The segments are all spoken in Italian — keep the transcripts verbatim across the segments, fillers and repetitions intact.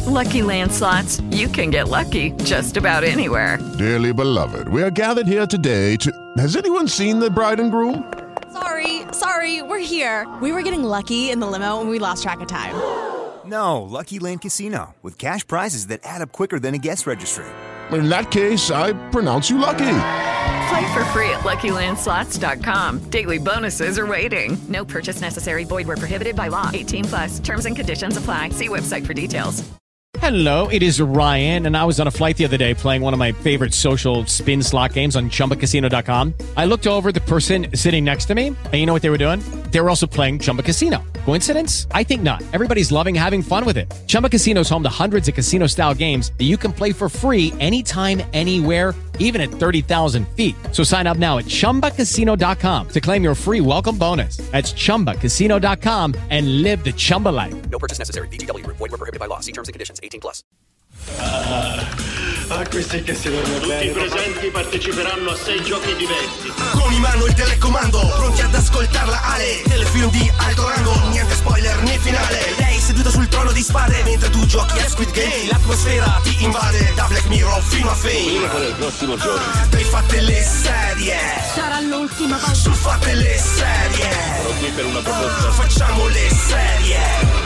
Lucky Land Slots, you can get lucky just about anywhere. Dearly beloved, we are gathered here today to... Has anyone seen the bride and groom? Sorry, sorry, we're here. We were getting lucky in the limo and we lost track of time. No, Lucky Land Casino, with cash prizes that add up quicker than a guest registry. In that case, I pronounce you lucky. Play for free at Lucky Land Slots dot com. Daily bonuses are waiting. No purchase necessary. Void where prohibited by law. eighteen plus. Terms and conditions apply. See website for details. Hello, it is Ryan, and I was on a flight the other day playing one of my favorite social spin slot games on Chumba Casino dot com. I looked over at the person sitting next to me, and you know what they were doing? They were also playing Chumba Casino. Coincidence? I think not. Everybody's loving having fun with it. Chumba Casino is home to hundreds of casino-style games that you can play for free anytime, anywhere, even at thirty thousand feet. So sign up now at Chumba Casino dot com to claim your free welcome bonus. That's Chumba Casino dot com and live the Chumba life. No purchase necessary. V G W. Void where prohibited by law. See terms and conditions. eighteen plus. Ah, ah, questi che si dorme Tutti bene. i presenti parteciperanno a sei giochi diversi. Con in mano il telecomando, pronti ad ascoltarla Ale. Telefilm di alto rango, niente spoiler né finale. Lei seduta sul trono di spade, mentre tu giochi a Squid Game. L'atmosfera ti invade, da Black Mirror fino a Fame. Prima qual è il prossimo gioco? Dai fate le serie. Sarà l'ultima volta. Su fate le serie. Sono qui per una proposta. Facciamo le serie.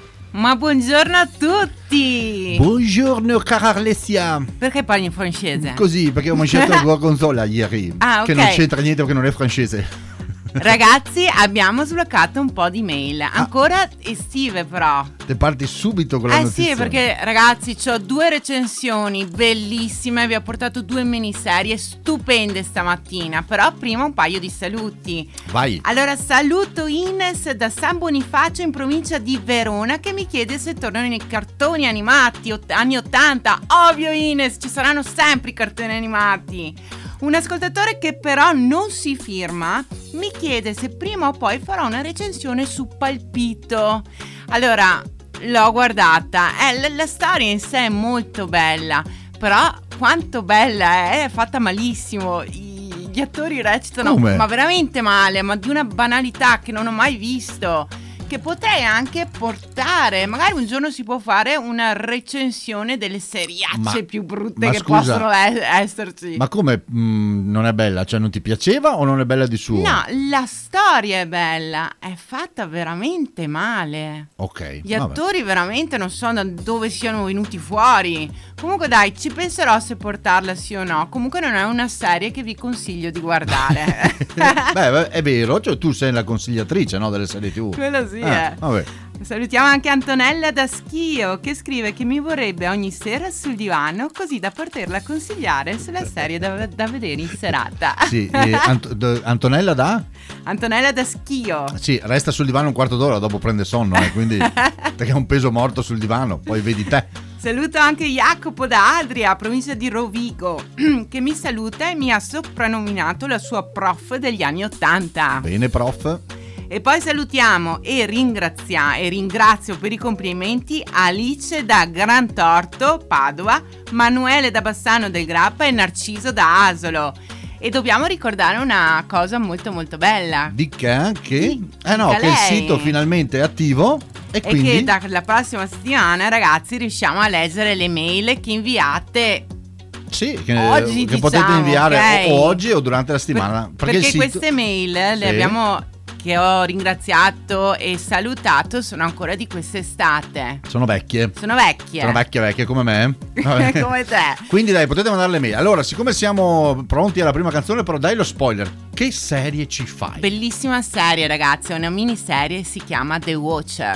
Ma buongiorno a tutti! Buongiorno cara Alessia. Perché parli in francese? Così, perché ho mangiato la gorgonzola ieri. Ah, ok. Che non c'entra niente perché non è francese. Ragazzi, abbiamo sbloccato un po' di mail. Ancora estive però. Te parti subito con la Eh notizia. sì, perché ragazzi, ho due recensioni bellissime. Vi ho portato due miniserie stupende stamattina. Però prima un paio di saluti. Vai. Allora, saluto Ines da San Bonifacio in provincia di Verona, che mi chiede se tornano i cartoni animati ott- anni ottanta. Ovvio Ines, ci saranno sempre i cartoni animati. Un ascoltatore che però non si firma mi chiede se prima o poi farò una recensione su Palpito. Allora, l'ho guardata, eh, la, la storia in sé è molto bella, però quanto bella è, è fatta malissimo. I, gli attori recitano Come? ma veramente male, ma di una banalità che non ho mai visto, che potrei anche portare. Magari un giorno si può fare una recensione delle seriacce Ma- più brutte ma che scusa, possono e- esserci. Ma come mh, non è bella? Cioè non ti piaceva o non è bella di suo? No, la storia è bella, è fatta veramente male. Ok. Gli vabbè. attori veramente non so da dove siano venuti fuori. Comunque dai, ci penserò se portarla sì o no. Comunque non è una serie che vi consiglio di guardare. Beh, è vero, cioè tu sei la consigliatrice, no, delle serie tivù. Quello sì, Ah, eh. vabbè. Salutiamo anche Antonella da Schio, che scrive che mi vorrebbe ogni sera sul divano, così da poterla consigliare sulla serie da, da vedere in serata. Sì, eh, Ant- d- Antonella da? Antonella da Schio. Sì, resta sul divano un quarto d'ora, dopo prende sonno, eh, quindi perché è un peso morto sul divano, poi vedi te. Saluto anche Jacopo da Adria, provincia di Rovigo, che mi saluta e mi ha soprannominato la sua prof degli anni ottanta. Bene, prof. E poi salutiamo e ringrazia e ringrazio per i complimenti Alice da Gran Torto, Padova, Manuele da Bassano del Grappa e Narciso da Asolo. E dobbiamo ricordare una cosa molto molto bella. Dica che Sì, eh no, dica che il lei. sito finalmente è attivo e, E quindi che dalla prossima settimana, ragazzi, riusciamo a leggere le mail che inviate. sì, che, Oggi, che diciamo, potete inviare ok? o, o oggi o durante la settimana. Per- perché perché il sito- queste mail le Sì. abbiamo, che ho ringraziato e salutato, sono ancora di quest'estate. sono vecchie. Sono vecchie. Sono vecchie vecchie come me. Vabbè. Come te. Quindi dai, potete mandare le mail. Allora, siccome siamo pronti alla prima canzone, però dai lo spoiler. Che serie ci fai? Bellissima serie, ragazzi, è una miniserie, si chiama The Watcher.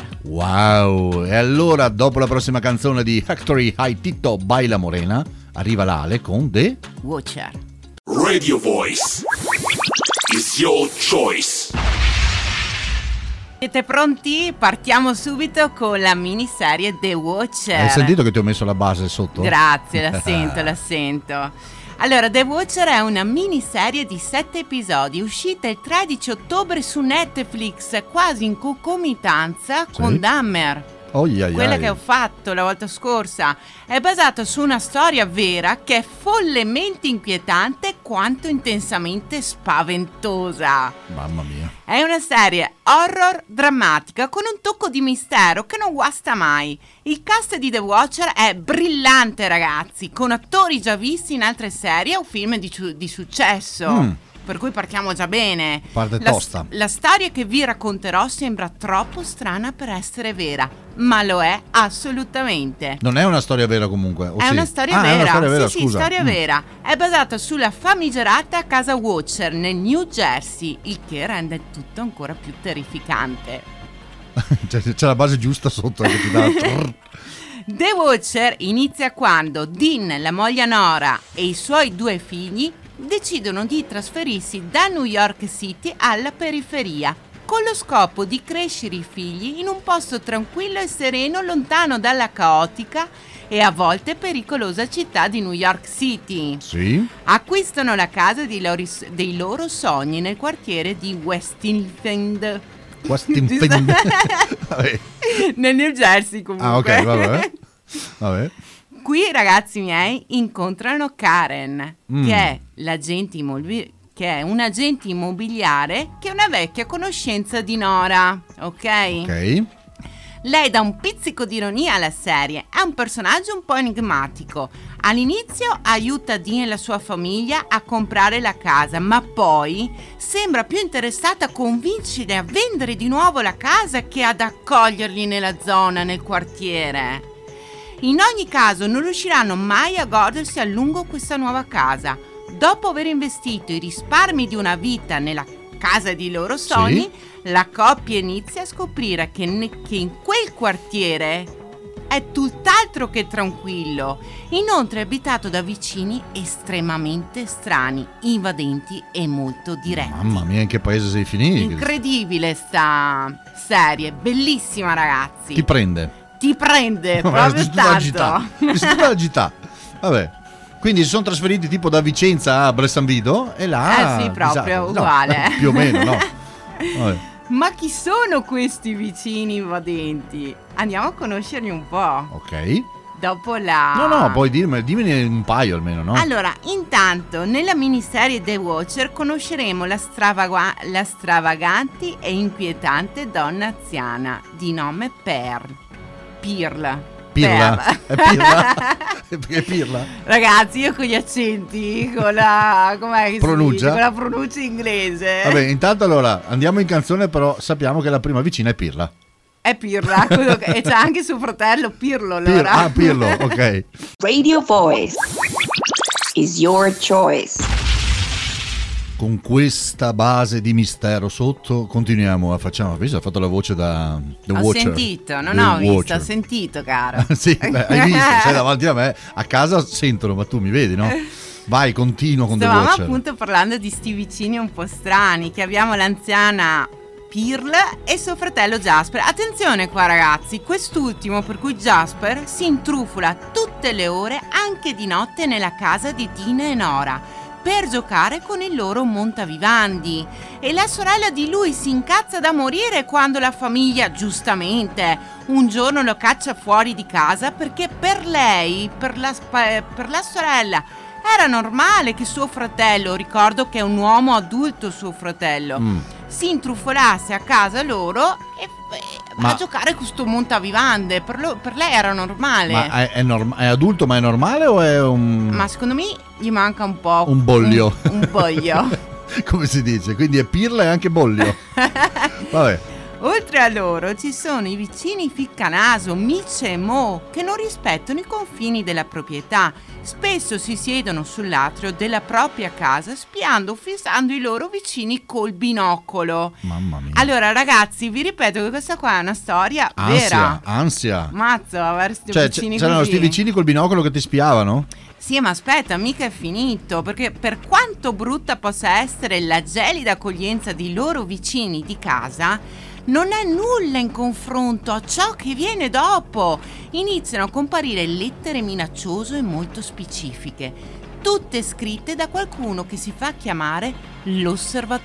Wow! E allora, dopo la prossima canzone di Factory High Tito Baila Morena, arriva la Ale con The Watcher. Radio Voice is your choice. Siete pronti? Partiamo subito con la miniserie The Watcher. Hai sentito che ti ho messo la base sotto? Grazie, la sento, la sento. Allora, The Watcher è una miniserie di sette episodi, uscita il tredici ottobre su Netflix, quasi in concomitanza Sì. con Dahmer. Oh, yeah, quella yeah. che ho fatto la volta scorsa, è basata su una storia vera che è follemente inquietante quanto intensamente spaventosa. Mamma mia. È una serie horror drammatica con un tocco di mistero che non guasta mai. Il cast di The Watcher è brillante, ragazzi, con attori già visti in altre serie o film di, di successo. Mm. Per cui partiamo già bene. Parte la, tosta. La storia che vi racconterò sembra troppo strana per essere vera, ma lo è assolutamente. Non è una storia vera comunque? O è, sì? una storia ah, vera. è una storia vera, sì, scusa. sì, storia mm. vera. È basata sulla famigerata casa Watcher nel New Jersey, il che rende tutto ancora più terrificante. c'è, c'è la base giusta sotto che ti dà. The Watcher inizia quando Dean, la moglie Nora e i suoi due figli decidono di trasferirsi da New York City alla periferia, con lo scopo di crescere i figli in un posto tranquillo e sereno lontano dalla caotica e a volte pericolosa città di New York City. Sì. Acquistano la casa dei loro, dei loro sogni nel quartiere di Westinfeld. Westinfeld. Nel New Jersey comunque. Ah, ok, vabbè. Vabbè. Qui, ragazzi miei, incontrano Karen, mm. che è l'agente immobiliare, che è un agente immobiliare che è una vecchia conoscenza di Nora, ok? Ok. Lei dà un pizzico di ironia alla serie, è un personaggio un po' enigmatico. All'inizio aiuta Dean e la sua famiglia a comprare la casa, ma poi sembra più interessata a convincerli a vendere di nuovo la casa che ad accoglierli nella zona, nel quartiere. In ogni caso non riusciranno mai a godersi a lungo questa nuova casa. Dopo aver investito i risparmi di una vita nella casa dei loro sogni, sì. La coppia inizia a scoprire che, ne- che in quel quartiere è tutt'altro che tranquillo. Inoltre è abitato da vicini estremamente strani, invadenti e molto diretti. Mamma mia, in che paese sei finito? Incredibile sta serie, bellissima, ragazzi. Ti prende? Ti prende no, proprio tanto. Tutta la città. Vabbè. Quindi si sono trasferiti tipo da Vicenza a Bressan Vido e là. Eh sì, proprio disastro. uguale. No, più o meno, no. Vabbè. Ma chi sono questi vicini invadenti? Andiamo a conoscerli un po'. Ok. Dopo la... No, no, puoi dirmi, dimmene un paio almeno, no? Allora, intanto, nella miniserie The Watcher conosceremo la, stravaga- la stravagante e inquietante donna anziana di nome Pearl. Pearl. Pirla? È Pirla? È Pirla? Ragazzi, io con gli accenti, con la... com'è che pronuncia? Si dice? Con la pronuncia inglese. Vabbè, intanto allora andiamo in canzone, però sappiamo che la prima vicina è Pirla. È Pirla, quello che... e c'è anche suo fratello Pirlo allora. Pir... Ah, Pirlo, ok. Radio Voice is your choice. Con questa base di mistero sotto continuiamo a facciamo. Hai visto? Ha fatto la voce da The Ho Watcher. sentito, non The ho visto, Watcher. ho sentito, caro. Sì, beh, hai visto, sei davanti a me. A casa sentono, ma tu mi vedi, no? Vai, continuo con Stavamo The Watcher. appunto parlando di sti vicini un po' strani, che abbiamo l'anziana Pearl e suo fratello Jasper. Attenzione qua, ragazzi, quest'ultimo, per cui Jasper si intrufola tutte le ore, anche di notte, nella casa di Dean e Nora per giocare con il loro montavivandi, e la sorella di lui si incazza da morire quando la famiglia, giustamente, un giorno lo caccia fuori di casa perché per lei, per la, per la sorella, era normale che suo fratello, ricordo che è un uomo adulto suo fratello, mm. si intrufolasse a casa loro e, e ma, a giocare con questo montavivande. Per, lo, per lei era normale. Ma è, è, norm- è adulto, ma è normale o è un... Ma secondo me gli manca un po'... Un boglio. Un, un boglio. Come si dice? Quindi è Pirla e anche boglio. Vabbè. Oltre a loro ci sono i vicini ficcanaso, Mitch e Mo, che non rispettano i confini della proprietà. Spesso si siedono sull'atrio della propria casa spiando o fissando i loro vicini col binocolo. Mamma mia. Allora, ragazzi, vi ripeto che questa qua è una storia ansia, vera. Ansia. Mazzo, avere sti cioè, vicini c'erano così. sti vicini col binocolo che ti spiavano? Sì, ma aspetta, mica è finito, perché per quanto brutta possa essere la gelida accoglienza dei loro vicini di casa, non è nulla in confronto a ciò che viene dopo. Iniziano a comparire lettere minacciose e molto specifiche, tutte scritte da qualcuno che si fa chiamare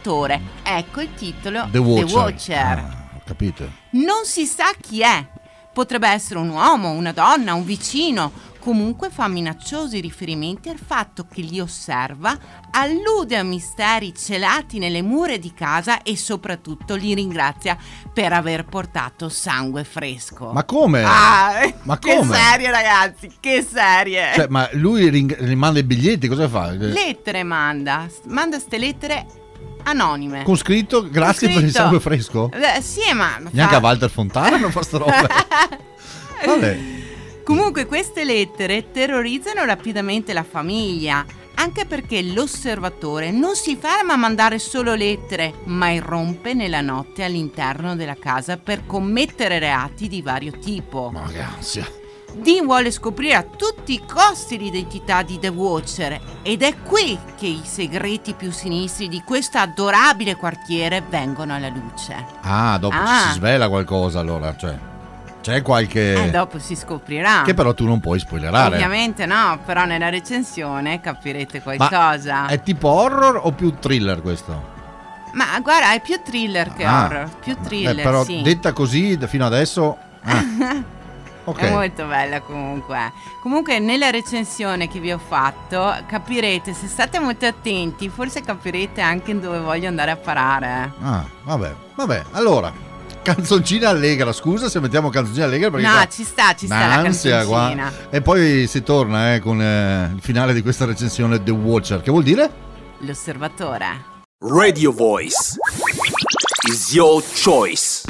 l'osservatore. Ecco il titolo, The Watcher. The Watcher. Ah, ho capito. Non si sa chi è, Potrebbe essere un uomo, una donna, un vicino. Comunque fa minacciosi riferimenti al fatto che li osserva, allude a misteri celati nelle mura di casa e soprattutto li ringrazia per aver portato sangue fresco. Ma come? Ah, ma che come? serie, ragazzi, che serie! Cioè, ma lui ring- rimanda i biglietti, cosa fa? Lettere manda, manda ste lettere anonime. Con scritto grazie Con per il scritto. sangue fresco? Eh, sì, ma Neanche fa- a Walter Fontana non fa sta roba. Vabbè. Comunque queste lettere terrorizzano rapidamente la famiglia, anche perché l'osservatore non si ferma a mandare solo lettere, ma irrompe nella notte all'interno della casa per commettere reati di vario tipo. Ma che ansia. Dean vuole scoprire a tutti i costi l'identità di The Watcher ed è qui che i segreti più sinistri di questo adorabile quartiere vengono alla luce. Ah, dopo Ah. ci si svela qualcosa allora, cioè c'è qualche... E dopo si scoprirà. Che però tu non puoi spoilerare. Ovviamente no, però nella recensione capirete qualcosa. Ma è tipo horror o più thriller questo? Ma guarda, è più thriller che Ah. horror, più thriller, Eh, però sì. detta così fino adesso... ah, ok. È molto bella comunque. Comunque nella recensione che vi ho fatto capirete, se state molto attenti, forse capirete anche dove voglio andare a parare. Ah, vabbè, vabbè, allora... Canzoncina allegra, scusa se mettiamo canzoncina allegra perché No, qua ci sta, ci sta la un'ansia qua. canzoncina. E poi si torna eh, con eh, il finale di questa recensione The Watcher. Che vuol dire? L'osservatore. Radio Voice is your choice.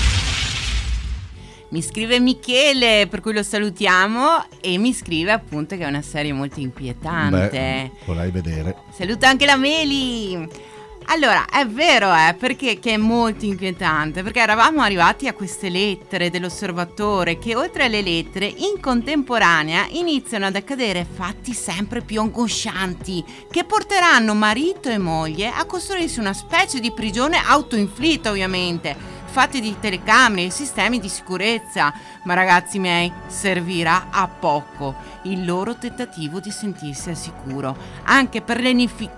Mi scrive Michele, per cui lo salutiamo, e mi scrive appunto che è una serie molto inquietante. Beh, vorrei vedere. Saluta anche la Meli. Allora, è vero, eh, perché che è molto inquietante, perché eravamo arrivati a queste lettere dell'osservatore che oltre alle lettere, in contemporanea iniziano ad accadere fatti sempre più angoscianti che porteranno marito e moglie a costruirsi una specie di prigione autoinflitta, ovviamente, fatti di telecamere e sistemi di sicurezza. Ma ragazzi miei, servirà a poco il loro tentativo di sentirsi al sicuro, anche per l'inificacia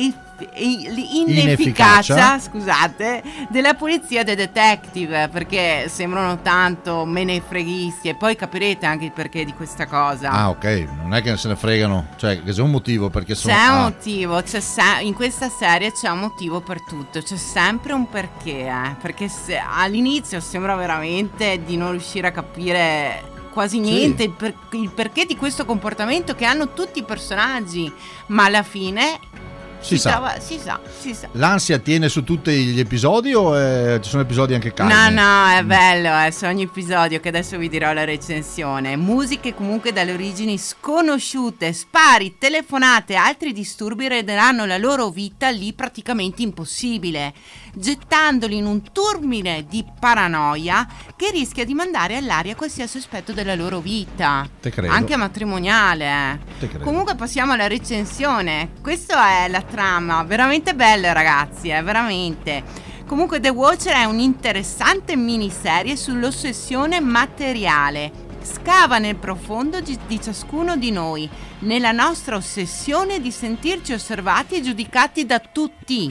l'inefficacia, scusate, della polizia e dei detective, perché sembrano tanto menefreghisti, e poi capirete anche il perché di questa cosa. Ah, ok, non è che se ne fregano, cioè che c'è un motivo perché sono... C'è un ah. motivo, c'è se- in questa serie c'è un motivo per tutto, c'è sempre un perché, eh, perché se- all'inizio sembra veramente di non riuscire a capire quasi niente, Sì. il, per- il perché di questo comportamento che hanno tutti i personaggi, ma alla fine Si sa. trova- si sa, si sa. L'ansia tiene su tutti gli episodi o eh, ci sono episodi anche calmi? No, no, è bello, eh, su ogni episodio che adesso vi dirò la recensione. Musiche comunque dalle origini sconosciute, spari, telefonate, altri disturbi renderanno la loro vita lì praticamente impossibile, gettandoli in un turbine di paranoia che rischia di mandare all'aria qualsiasi aspetto della loro vita. Te credo. Anche matrimoniale. eh. Te credo. Comunque passiamo alla recensione. Questa è la trama, veramente bella ragazzi, è veramente. Comunque The Watcher è un'interessante miniserie sull'ossessione materiale. Scava nel profondo di, di ciascuno di noi, nella nostra ossessione di sentirci osservati e giudicati da tutti,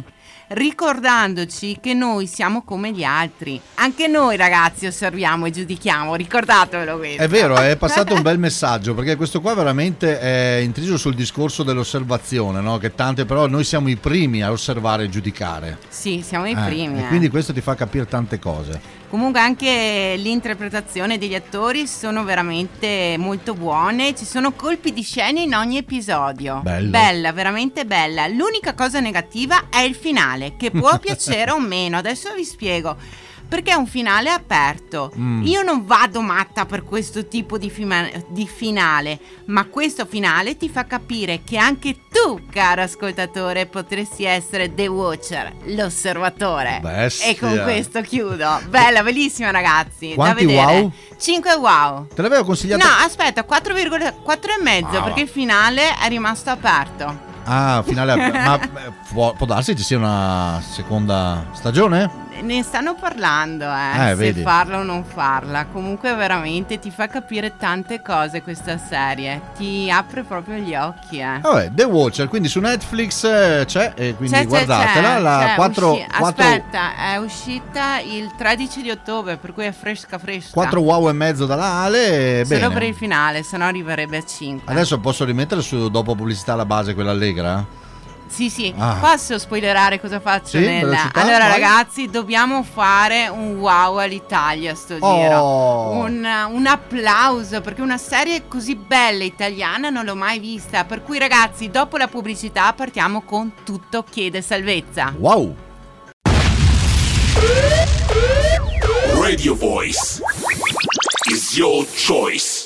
ricordandoci che noi siamo come gli altri. Anche noi ragazzi osserviamo e giudichiamo, ricordatevelo questo. È vero, è passato un bel messaggio, perché questo qua veramente è intriso sul discorso dell'osservazione, no? Che tante, però noi siamo i primi a osservare e giudicare. Sì, siamo i Eh, primi. E eh. quindi questo ti fa capire tante cose. Comunque anche l'interpretazione degli attori sono veramente molto buone, ci sono colpi di scena in ogni episodio. Bello. Bella, veramente bella. L'unica cosa negativa è il finale, che può piacere o meno, adesso vi spiego. Perché è un finale aperto. Mm. Io non vado matta per questo tipo di, fima- di finale, ma questo finale ti fa capire che anche tu, caro ascoltatore, potresti essere The Watcher, l'osservatore. Bestia. E con questo chiudo. Bella, bellissima ragazzi. Quanti da vedere. wow? cinque wow. Te l'avevo consigliato? No, aspetta, quattro virgola quattro e mezzo, Ah, perché va. il finale è rimasto aperto. Ah, finale. Ma eh, può, può darsi ci sia una seconda stagione? Ne stanno parlando, eh, Eh, se vedi. farla o non farla. Comunque veramente ti fa capire tante cose questa serie. Ti apre proprio gli occhi, eh. Vabbè, The Watcher, quindi su Netflix eh, c'è, e quindi C'è, c'è, guardatela. c'è, la c'è, quattro, usci- quattro, Aspetta, è uscita il tredici di ottobre, per cui è fresca fresca. quattro wow e mezzo dalla Ale. Solo Bene. per il finale, se no arriverebbe a cinque. Adesso posso rimettere su dopo pubblicità la base, quella allegra? Sì, sì, Ah. posso spoilerare cosa faccio Sì, nella... velocità, Allora vai. ragazzi, dobbiamo fare un wow all'Italia sto Oh. giro. Un, un applauso, perché una serie così bella italiana non l'ho mai vista. Per cui ragazzi, dopo la pubblicità partiamo con Tutto chiede salvezza. Wow. Radio Voice is your choice.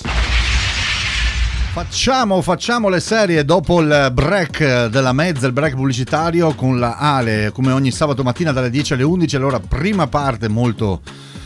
Facciamo, facciamo le serie dopo il break della mezza, il break pubblicitario con la Ale, come ogni sabato mattina dalle dieci alle undici. Allora, prima parte molto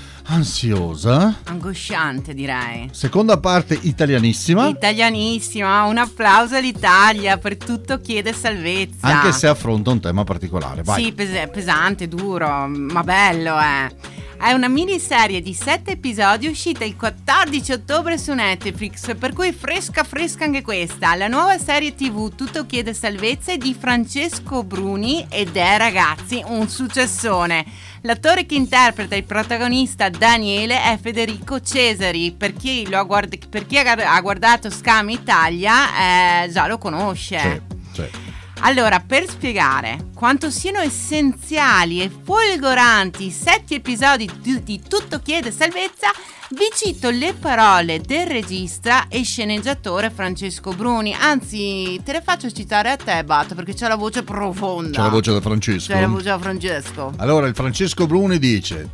ansiosa, Angosciante direi. seconda parte italianissima, Italianissima, un applauso all'Italia per Tutto chiede salvezza. anche se affronta un tema particolare. Vai. Sì, pes- pesante, duro, ma bello, eh. È una miniserie di sette episodi uscita il quattordici ottobre su Netflix, per cui fresca fresca anche questa. La nuova serie tivù Tutto chiede salvezza è di Francesco Bruni ed è, ragazzi, un successone. L'attore che interpreta il protagonista Daniele è Federico Cesari. Per chi, lo ha, guard- per chi ha guardato Scam Italia eh, già lo conosce. Sì, sì. Allora, per spiegare quanto siano essenziali e folgoranti i sette episodi di, di Tutto chiede salvezza, vi cito le parole del regista e sceneggiatore Francesco Bruni. Anzi, te le faccio citare a te, Bato, perché c'è la voce profonda. C'è la voce da Francesco. C'è la voce da Francesco. Allora, il Francesco Bruni dice: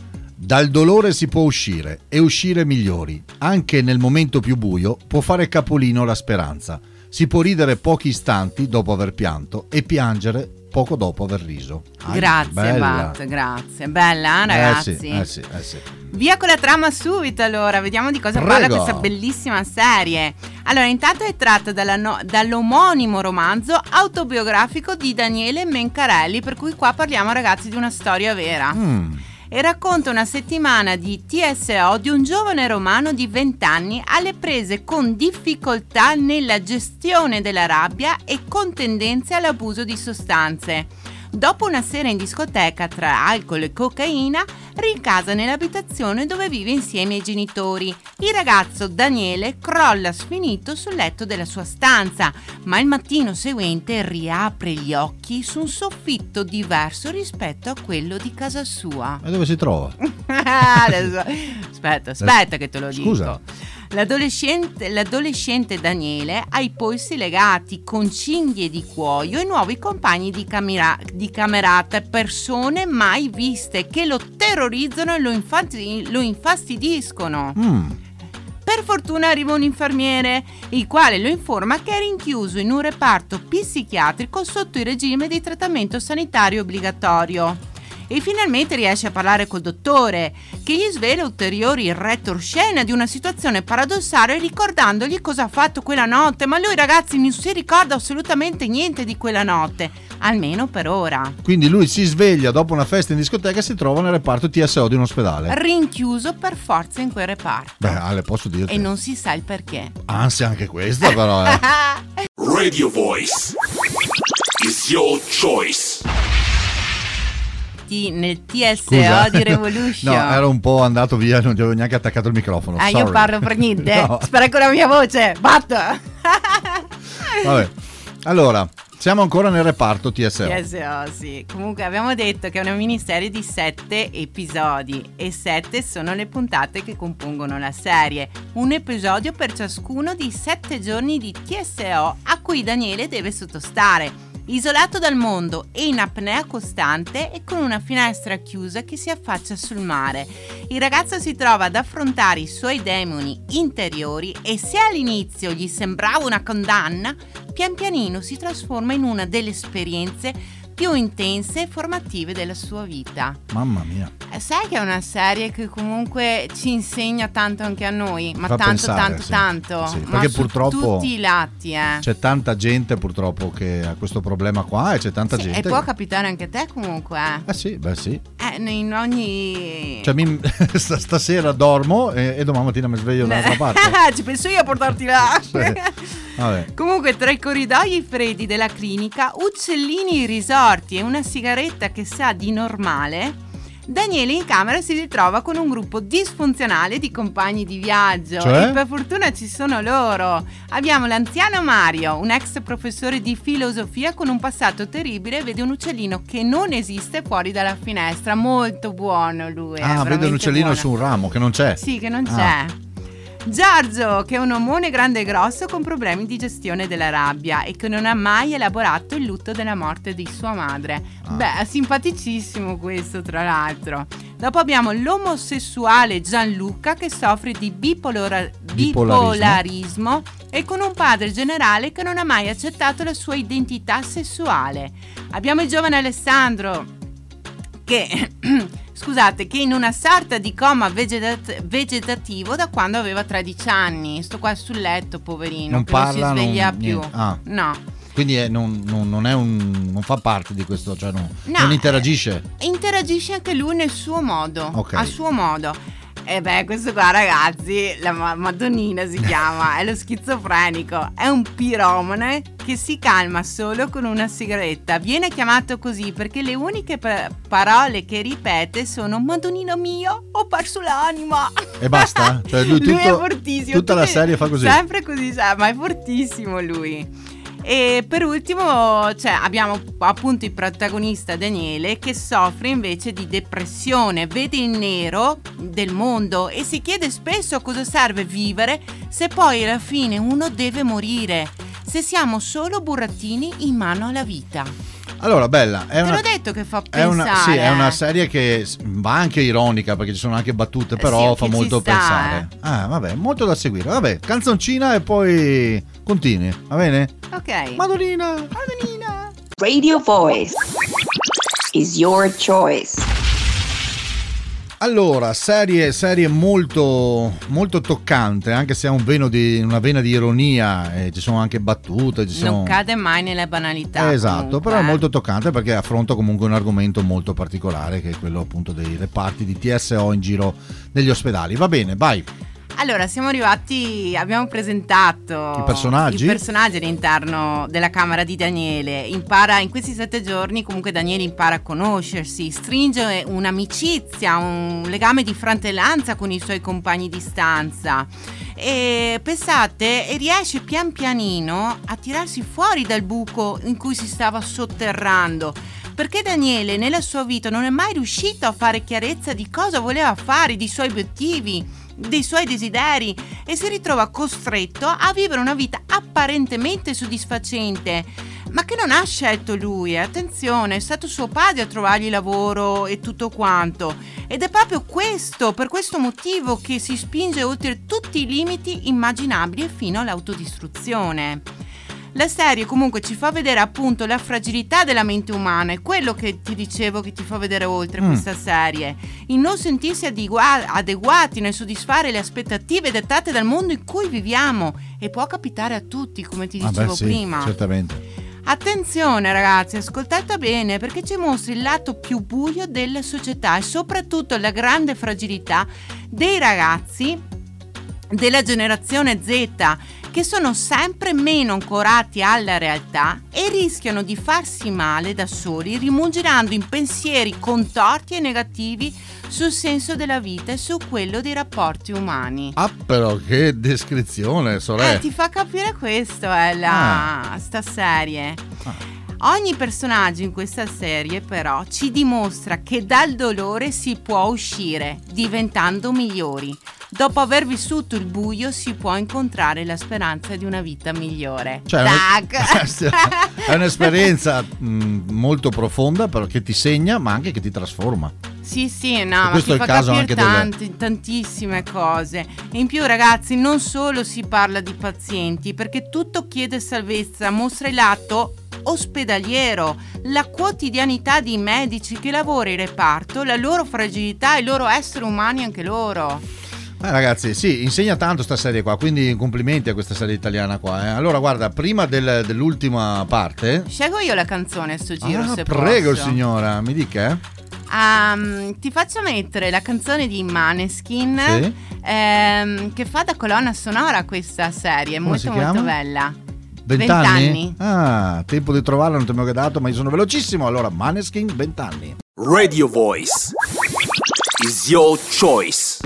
dal dolore si può uscire e uscire migliori. Anche nel momento più buio può fare capolino la speranza. Si può ridere pochi istanti dopo aver pianto e piangere poco dopo aver riso. Ah, Grazie, bella. Bat, grazie. Bella, eh, ragazzi? Eh sì, eh sì, eh sì. Via con la trama subito, allora, vediamo di cosa Prego. parla questa bellissima serie. Allora, intanto è tratta dalla no- dall'omonimo romanzo autobiografico di Daniele Mencarelli, per cui qua parliamo, ragazzi, di una storia vera. Mm. E racconta una settimana di T S O di un giovane romano di venti anni alle prese con difficoltà nella gestione della rabbia e con tendenze all'abuso di sostanze. Dopo una sera in discoteca tra alcol e cocaina, rincasa nell'abitazione dove vive insieme ai genitori. Il ragazzo Daniele crolla sfinito sul letto della sua stanza, ma il mattino seguente riapre gli occhi su un soffitto diverso rispetto a quello di casa sua. E dove si trova? Adesso, aspetta, aspetta che te lo dico. Scusa. L'adolescente, l'adolescente Daniele ha i polsi legati con cinghie di cuoio e nuovi compagni di, camera, di camerata, persone mai viste che lo terrorizzano e lo, infatti, lo infastidiscono. Mm. Per fortuna arriva un infermiere, il quale lo informa che è rinchiuso in un reparto psichiatrico sotto il regime di trattamento sanitario obbligatorio. E finalmente riesce a parlare col dottore, che gli svela ulteriori retroscena di una situazione paradossale, ricordandogli cosa ha fatto quella notte. Ma lui, ragazzi, non si ricorda assolutamente niente di quella notte, almeno per ora. Quindi lui si sveglia dopo una festa in discoteca e si trova nel reparto T S O di un ospedale. Rinchiuso per forza in quel reparto. Beh, Ale, posso dirti. E non si sa il perché. Ansia anche questa, però. Eh. Radio Voice is your choice. Nel T S O Scusa. di Revolution. No, ero un po' andato via, non ti avevo neanche attaccato il microfono. Ah, Sorry. io parlo per niente. No. Spera con la mia voce. Batto. Vabbè. Allora, siamo ancora nel reparto T S O. T S O, sì. Comunque abbiamo detto che è una miniserie di sette episodi e sette sono le puntate che compongono la serie. Un episodio per ciascuno dei sette giorni di T S O a cui Daniele deve sottostare. Isolato dal mondo e in apnea costante e con una finestra chiusa che si affaccia sul mare, il ragazzo si trova ad affrontare i suoi demoni interiori e se all'inizio gli sembrava una condanna, pian pianino si trasforma in una delle esperienze più intense e formative della sua vita. Mamma mia. Eh, sai che è una serie che comunque ci insegna tanto anche a noi, ma Fa tanto pensare, tanto sì. tanto, Sì, ma perché su purtroppo tutti i lati, eh. C'è tanta gente purtroppo che ha questo problema qua e c'è tanta Sì, gente. e può che... capitare anche a te comunque. Eh sì, beh sì. Eh, in ogni... Cioè mi... stasera dormo e, e domani mattina mi sveglio dall'altra parte. Ci penso io a portarti là. Sì. Vabbè. Comunque, tra i corridoi freddi della clinica, uccellini risorti e una sigaretta che sa di normale, Daniele in camera si ritrova con un gruppo disfunzionale di compagni di viaggio. Cioè? E per fortuna ci sono loro. Abbiamo l'anziano Mario, un ex professore di filosofia con un passato terribile, vede un uccellino che non esiste fuori dalla finestra. Molto buono lui. Ah, vede un uccellino buono. su un ramo che non c'è. Sì, che non c'è. Ah. Giorgio, che è un omone grande e grosso con problemi di gestione della rabbia e che non ha mai elaborato il lutto della morte di sua madre. Ah. Beh, è simpaticissimo questo, tra l'altro. Dopo abbiamo l'omosessuale Gianluca che soffre di bipolora- Bipolarismo. bipolarismo e con un padre generale che non ha mai accettato la sua identità sessuale. Abbiamo il giovane Alessandro che... Scusate, che in una sorta di coma vegetat- vegetativo da quando aveva tredici anni. Sto qua sul letto, poverino, Non che parla, non si sveglia non- più. niente. Ah. No. Quindi è, non, non- non è un non fa parte di questo, cioè non, No, non interagisce. Interagisce anche lui nel suo modo, Ok. a suo modo. E beh, questo qua, ragazzi, la ma- Madonnina si chiama, è lo schizofrenico, è un piromane che si calma solo con una sigaretta. Viene chiamato così perché le uniche pa- parole che ripete sono Madonnino mio, ho perso l'anima. E basta? Cioè lui, Lui tutto- è fortissimo. tutta la tutte- serie fa così. Sempre così, sa, ma è fortissimo lui. E per ultimo, cioè, abbiamo appunto il protagonista Daniele che soffre invece di depressione, vede il nero del mondo e si chiede spesso a cosa serve vivere se poi alla fine uno deve morire, se siamo solo burattini in mano alla vita. Allora, bella, è Te una, l'ho detto che fa è una, pensare. sì, è una serie che s- va anche ironica perché ci sono anche battute, però Sì, fa che ci molto sta, pensare. Ah, vabbè, molto da seguire. Vabbè, canzoncina e poi continui, va bene? Ok. Madonnina. Madonnina. Radio Voice is your choice. Allora, serie, serie molto, molto toccante, anche se ha un veno di, una vena di ironia, e ci sono anche battute. Ci sono... Non cade mai nelle banalità. Esatto, comunque. però è molto toccante perché affronta comunque un argomento molto particolare che è quello appunto dei reparti di T S O in giro negli ospedali. Va bene, vai. Allora, siamo arrivati, abbiamo presentato I personaggi? i personaggi all'interno della camera di Daniele. Impara in questi sette giorni, comunque Daniele impara a conoscersi, stringe un'amicizia, un legame di fratellanza con i suoi compagni di stanza. E pensate, e riesce pian pianino a tirarsi fuori dal buco in cui si stava sotterrando. Perché Daniele nella sua vita non è mai riuscito a fare chiarezza di cosa voleva fare, di suoi obiettivi, dei suoi desideri e si ritrova costretto a vivere una vita apparentemente soddisfacente, ma che non ha scelto lui. Attenzione, è stato suo padre a trovargli lavoro e tutto quanto, ed è proprio questo, per questo motivo che si spinge oltre tutti i limiti immaginabili fino all'autodistruzione. La serie comunque ci fa vedere appunto la fragilità della mente umana, è quello che ti dicevo che ti fa vedere oltre Mm. questa serie, il non sentirsi adegua- adeguati nel soddisfare le aspettative dettate dal mondo in cui viviamo, e può capitare a tutti, come ti Ah, dicevo beh, sì, prima. certamente. Attenzione ragazzi, ascoltate bene perché ci mostra il lato più buio della società e soprattutto la grande fragilità dei ragazzi della generazione Z, che sono sempre meno ancorati alla realtà e rischiano di farsi male da soli, rimuginando in pensieri contorti e negativi sul senso della vita e su quello dei rapporti umani. Ah, però che descrizione, sorella. Eh, ti fa capire questo, è la Ah. sta serie. Ah. Ogni personaggio in questa serie però ci dimostra che dal dolore si può uscire diventando migliori. Dopo aver vissuto il buio si può incontrare la speranza di una vita migliore. Cioè, Tac! è un'esperienza mh, molto profonda, però che ti segna, ma anche che ti trasforma. Sì, sì, no, E ma questo ti è fa il caso capire anche delle- tanti, tantissime cose. E in più, ragazzi, non solo si parla di pazienti, perché tutto chiede salvezza, mostra il lato ospedaliero, la quotidianità di medici che lavora in reparto, la loro fragilità, i loro esseri umani anche loro. Eh, ragazzi, sì, insegna tanto sta serie qua, quindi complimenti a questa serie italiana qua. Eh. Allora, guarda, prima del, dell'ultima parte... Scelgo io la canzone a sto giro, ah, se prego, posso. signora, mi dica, eh? Um, ti faccio mettere la canzone di Maneskin, sì? ehm, che fa da colonna sonora a questa serie. È Come molto molto bella. Vent'anni? Ah, tempo di trovarla, non ti abbiamo dato, ma io sono velocissimo. Allora, Maneskin, vent'anni. Radio Voice is your choice.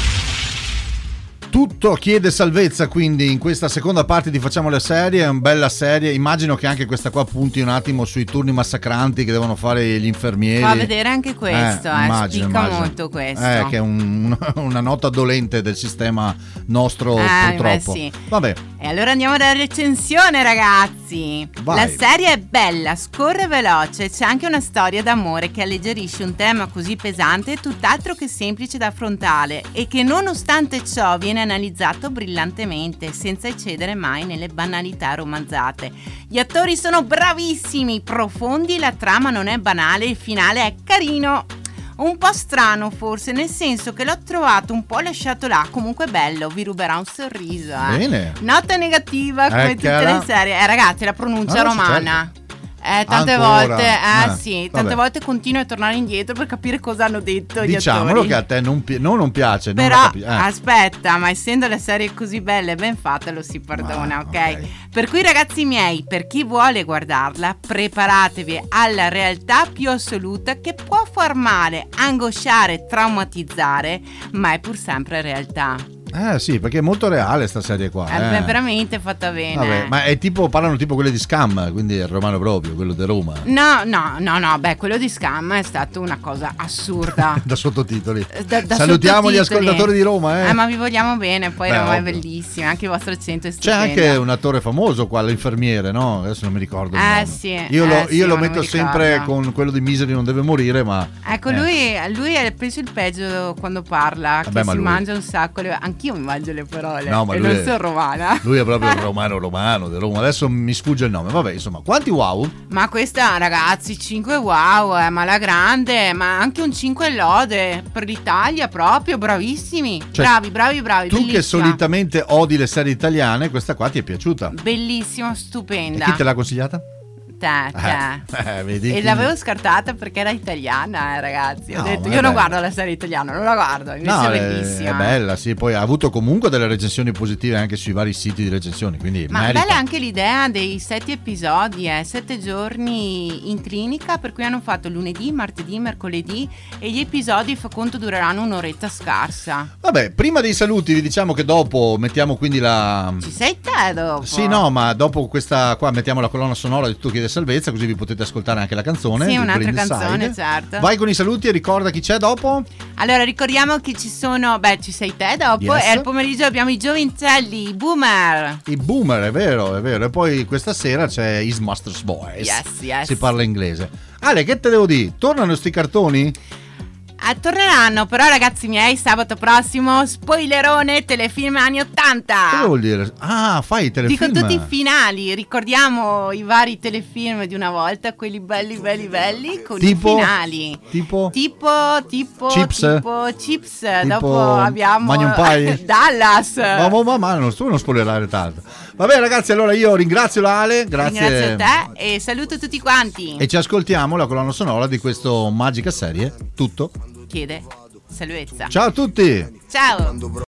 Tutto chiede salvezza, quindi in questa seconda parte di Facciamo le serie, è una bella serie. Immagino che anche questa qua punti un attimo sui turni massacranti che devono fare gli infermieri. Fa vedere anche questo, eh, eh, immagino, spicca immagino. molto questo. Eh, che è un, una nota dolente del sistema nostro, eh, purtroppo. Beh, sì. Vabbè. E allora andiamo alla recensione, ragazzi. Vai. La serie è bella, scorre veloce, c'è anche una storia d'amore che alleggerisce un tema così pesante e tutt'altro che semplice da affrontare e che nonostante ciò viene analizzato brillantemente, senza eccedere mai nelle banalità romanzate. Gli attori sono bravissimi, profondi, la trama non è banale, il finale è carino. Un po' strano forse, nel senso che l'ho trovato un po' lasciato là, comunque bello, vi ruberà un sorriso. Eh. Bene. Nota negativa come Eccola. tutte le serie. Eh ragazzi, la pronuncia Ah, romana. certo. Eh, tante Ancora? volte, eh, Eh, sì, vabbè. tante volte continuo a tornare indietro per capire cosa hanno detto gli Diciamolo attori. che a te non, pi- non, non piace. Non Però la capi- eh. aspetta, ma essendo la serie così bella e ben fatta lo si perdona, Ah, ok? ok. Per cui ragazzi miei, per chi vuole guardarla, preparatevi alla realtà più assoluta che può far male, angosciare, traumatizzare, ma è pur sempre realtà. Eh sì, perché è molto reale sta serie qua. È eh. veramente fatta bene. Vabbè, ma è tipo, parlano tipo quelle di Scam, quindi è il romano proprio, quello di Roma. No, no, no, no, beh, quello di Scam è stata una cosa assurda. Da sottotitoli. Da, da Salutiamo sottotitoli. gli ascoltatori di Roma, eh. Eh, ma vi vogliamo bene, poi Beh, Roma è ovvio. bellissima, anche il vostro accento è C'è stupendo. anche un attore famoso qua, l'infermiere, no? Adesso non mi ricordo il Eh, nome. sì, Io eh, lo, sì, io lo ma non metto mi sempre ricordo. con quello di Misery non deve morire, ma... Ecco, eh. lui, lui è penso il peggio quando parla, Vabbè, che ma si lui- mangia un sacco. Le... Anch'io mi mangio le parole No, ma e lui non è- sono romana. Lui è proprio il romano romano di Roma. Adesso mi sfugge il nome. Vabbè, insomma, quanti wow? Ma questa, ragazzi, cinque wow, eh, ma la grande, ma anche un cinque lode per l'Italia proprio, bravissimi. Cioè, bravi, bravi, bravi. Tu che bellissima. solitamente odi le serie italiane, questa qua ti è piaciuta? Bellissima, E stupenda. chi te l'ha consigliata? Te, te. Eh, eh, vedi, E quindi- l'avevo scartata perché era italiana, eh, ragazzi. Ho No, detto, ma è io non bella. guardo la serie italiana, non la guardo. Invece No, è è, bellissima. è bella, sì. Poi ha avuto comunque delle recensioni positive anche sui vari siti di recensioni, quindi Ma merita. bella anche l'idea dei sette episodi, eh, sette giorni in clinica, per cui hanno fatto lunedì, martedì, mercoledì e gli episodi fa conto dureranno un'oretta scarsa. Vabbè, prima dei saluti vi diciamo che dopo mettiamo quindi la... Ci sei te dopo? Sì, no, ma dopo questa qua mettiamo la colonna sonora di Tutto chiede salvezza, così vi potete ascoltare anche la canzone. Sì, di un'altra Blind canzone, Side. certo. Vai con i saluti e ricorda chi c'è dopo. Allora ricordiamo che ci sono, beh ci sei te dopo Yes. e al pomeriggio abbiamo i giovincelli, i boomer. I boomer, è vero, è vero. E poi questa sera c'è His Master's Voice. Yes, yes. Si parla inglese. Ale, che te devo dire? Tornano sti cartoni? Ah, torneranno però ragazzi miei sabato prossimo, spoilerone telefilm anni ottanta. Cosa vuol dire? Ah, fai i telefilm. Dico tutti i finali, ricordiamo i vari telefilm di una volta, quelli belli belli belli con Tipo? i finali. Tipo? Tipo, tipo, Chips? tipo Chips, Tipo dopo abbiamo Magnum Pie? Dallas. Ma, ma, ma, ma non sto non spoilerare tanto. Vabbè ragazzi, allora io ringrazio l'Ale, grazie. Ringrazio te e saluto tutti quanti. E ci ascoltiamo la colonna sonora di questo magica serie. Tutto. Chiede salvezza. Ciao a tutti. Ciao.